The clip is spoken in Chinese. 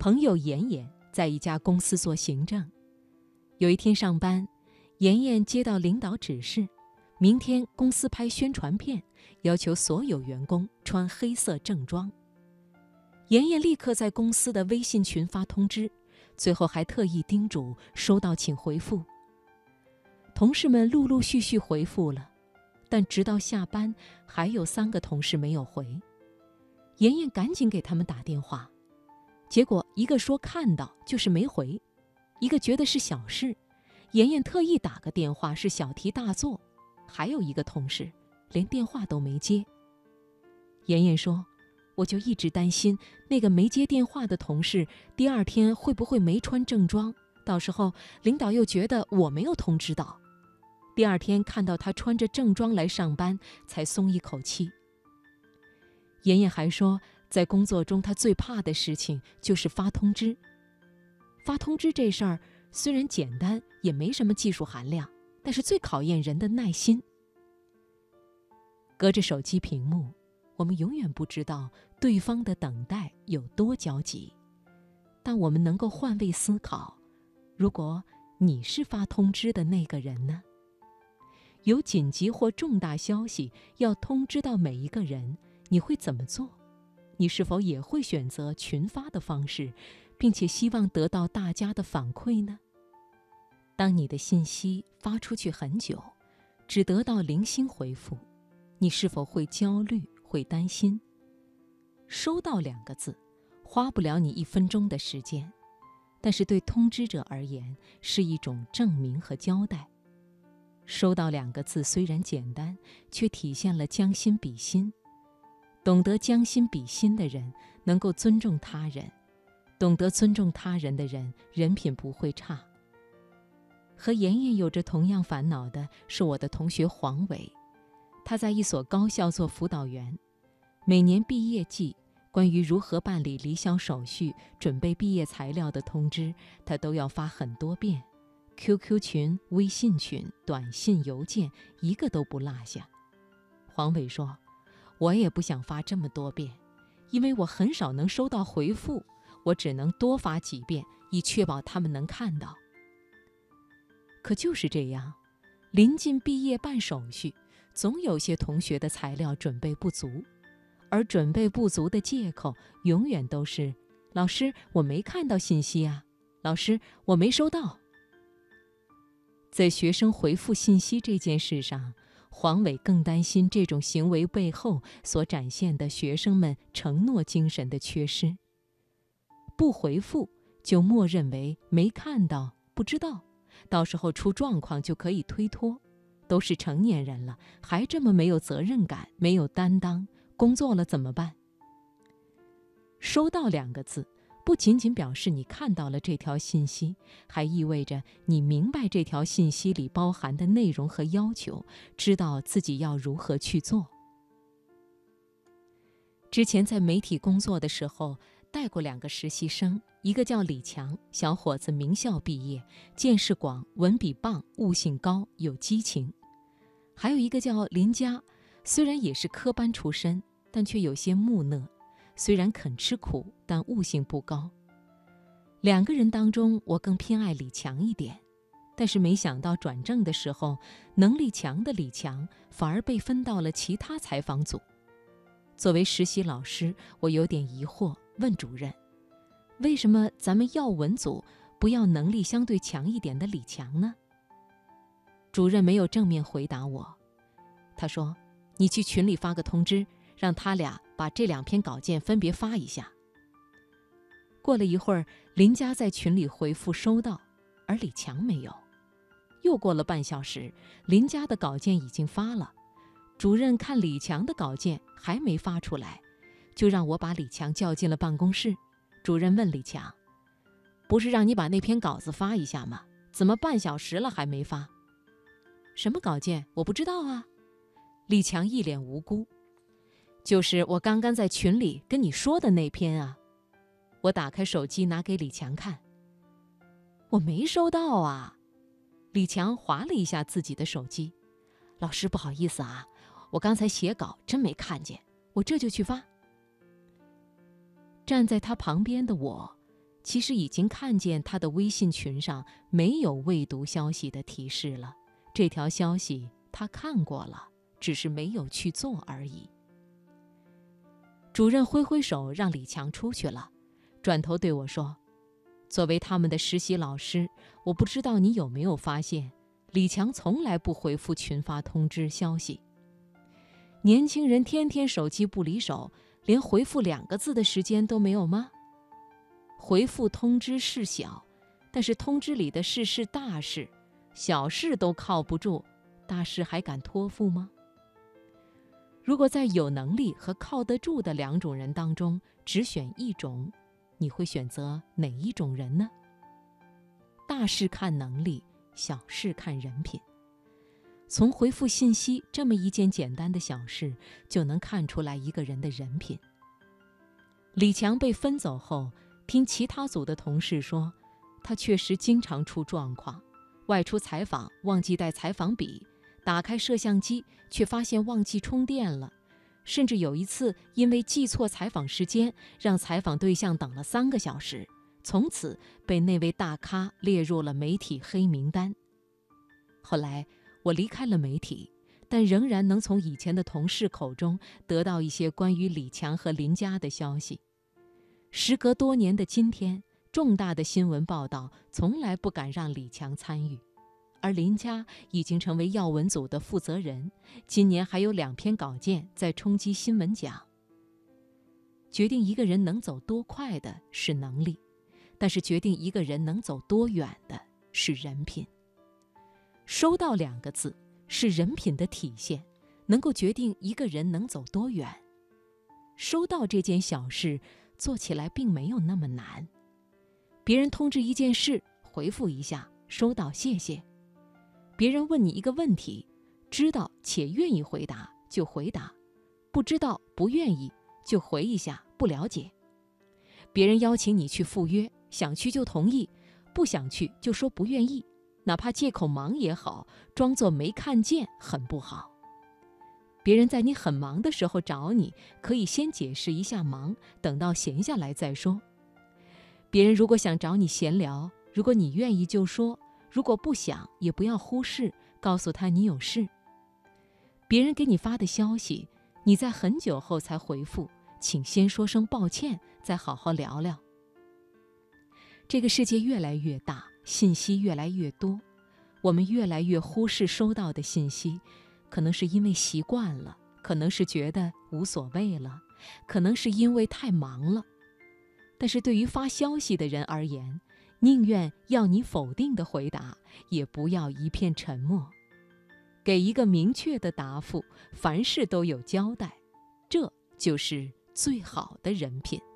朋友妍妍在一家公司做行政。有一天上班，妍妍接到领导指示，明天公司拍宣传片，要求所有员工穿黑色正装。妍妍立刻在公司的微信群发通知，最后还特意叮嘱收到请回复。同事们陆陆续续回复了，但直到下班，还有3个同事没有回。妍妍赶紧给他们打电话，结果一个说看到，就是没回；一个觉得是小事，妍妍特意打个电话是小题大做；还有一个同事连电话都没接。妍妍说，我就一直担心那个没接电话的同事第2天会不会没穿正装，到时候领导又觉得我没有通知到。第2天看到他穿着正装来上班，才松一口气。妍妍还说，在工作中她最怕的事情就是发通知。发通知这事儿虽然简单，也没什么技术含量，但是最考验人的耐心。隔着手机屏幕，我们永远不知道对方的等待有多焦急，但我们能够换位思考，如果你是发通知的那个人呢？有紧急或重大消息要通知到每一个人，你会怎么做？你是否也会选择群发的方式，并且希望得到大家的反馈呢？当你的信息发出去很久，只得到零星回复，你是否会焦虑，会担心？收到2个字，花不了你1分钟的时间，但是对通知者而言，是一种证明和交代。收到2个字虽然简单，却体现了将心比心。懂得将心比心的人，能够尊重他人；懂得尊重他人的人，人品不会差。和妍妍有着同样烦恼的是我的同学黄伟，他在一所高校做辅导员。每年毕业季，关于如何办理离校手续、准备毕业材料的通知，他都要发很多遍。QQ 群、微信群、短信、邮件，一个都不落下。黄伟说，我也不想发这么多遍，因为我很少能收到回复，我只能多发几遍，以确保他们能看到。可就是这样，临近毕业办手续，总有些同学的材料准备不足，而准备不足的借口永远都是，老师，我没看到信息啊，老师，我没收到。在学生回复信息这件事上，黄伟更担心这种行为背后所展现的学生们承诺精神的缺失。不回复就默认为没看到、不知道，到时候出状况就可以推脱。都是成年人了，还这么没有责任感、没有担当，工作了怎么办？收到2个字，不仅仅表示你看到了这条信息，还意味着你明白这条信息里包含的内容和要求，知道自己要如何去做。之前在媒体工作的时候，带过2个实习生，一个叫李强，小伙子名校毕业，见识广，文笔棒，悟性高，有激情；还有一个叫林佳，虽然也是科班出身，但却有些木讷，虽然肯吃苦，但悟性不高。2个人当中，我更偏爱李强一点，但是没想到转正的时候，能力强的李强反而被分到了其他采访组。作为实习老师，我有点疑惑，问主任，为什么咱们要闻组不要能力相对强一点的李强呢？主任没有正面回答我，他说，你去群里发个通知，让他俩把这2篇稿件分别发一下。过了一会儿，林佳在群里回复收到，而李强没有。又过了半小时，林佳的稿件已经发了，主任看李强的稿件还没发出来，就让我把李强叫进了办公室。主任问李强，不是让你把那篇稿子发一下吗？怎么半小时了还没发？什么稿件？我不知道啊。李强一脸无辜，就是我刚刚在群里跟你说的那篇啊。我打开手机拿给李强看，我没收到啊。李强划了一下自己的手机，老师不好意思啊，我刚才写稿真没看见，我这就去发。站在他旁边的我， 其实已经看见他的微信群上没有未读消息的提示了，这条消息他看过了，只是没有去做而已。主任挥挥手让李强出去了，转头对我说：“作为他们的实习老师，我不知道你有没有发现，李强从来不回复群发通知消息。年轻人天天手机不离手，连回复2个字的时间都没有吗？回复通知事小，但是通知里的事是大事，小事都靠不住，大事还敢托付吗？如果在有能力和靠得住的2种人当中只选一种，你会选择哪一种人呢？大事看能力，小事看人品。从回复信息这么一件简单的小事，就能看出来一个人的人品。李强被分走后，听其他组的同事说，他确实经常出状况，外出采访忘记带采访笔，打开摄像机却发现忘记充电了，甚至有一次因为记错采访时间，让采访对象等了3个小时，从此被那位大咖列入了媒体黑名单。后来我离开了媒体，但仍然能从以前的同事口中得到一些关于李强和林佳的消息。时隔多年的今天，重大的新闻报道从来不敢让李强参与，而林佳已经成为要闻组的负责人，今年还有2篇稿件在冲击新闻奖。决定一个人能走多快的是能力，但是决定一个人能走多远的是人品。收到2个字是人品的体现，能够决定一个人能走多远。收到这件小事做起来并没有那么难，别人通知一件事，回复一下收到谢谢。别人问你一个问题，知道且愿意回答就回答，不知道不愿意就回一下不了解。别人邀请你去赴约，想去就同意，不想去就说不愿意，哪怕借口忙也好，装作没看见很不好。别人在你很忙的时候找你，可以先解释一下忙，等到闲下来再说。别人如果想找你闲聊，如果你愿意就说，如果不想也不要忽视，告诉他你有事。别人给你发的消息，你在很久后才回复，请先说声抱歉，再好好聊聊。这个世界越来越大，信息越来越多，我们越来越忽视收到的信息，可能是因为习惯了，可能是觉得无所谓了，可能是因为太忙了。但是对于发消息的人而言，宁愿要你否定的回答，也不要一片沉默。给一个明确的答复，凡事都有交代，这就是最好的人品。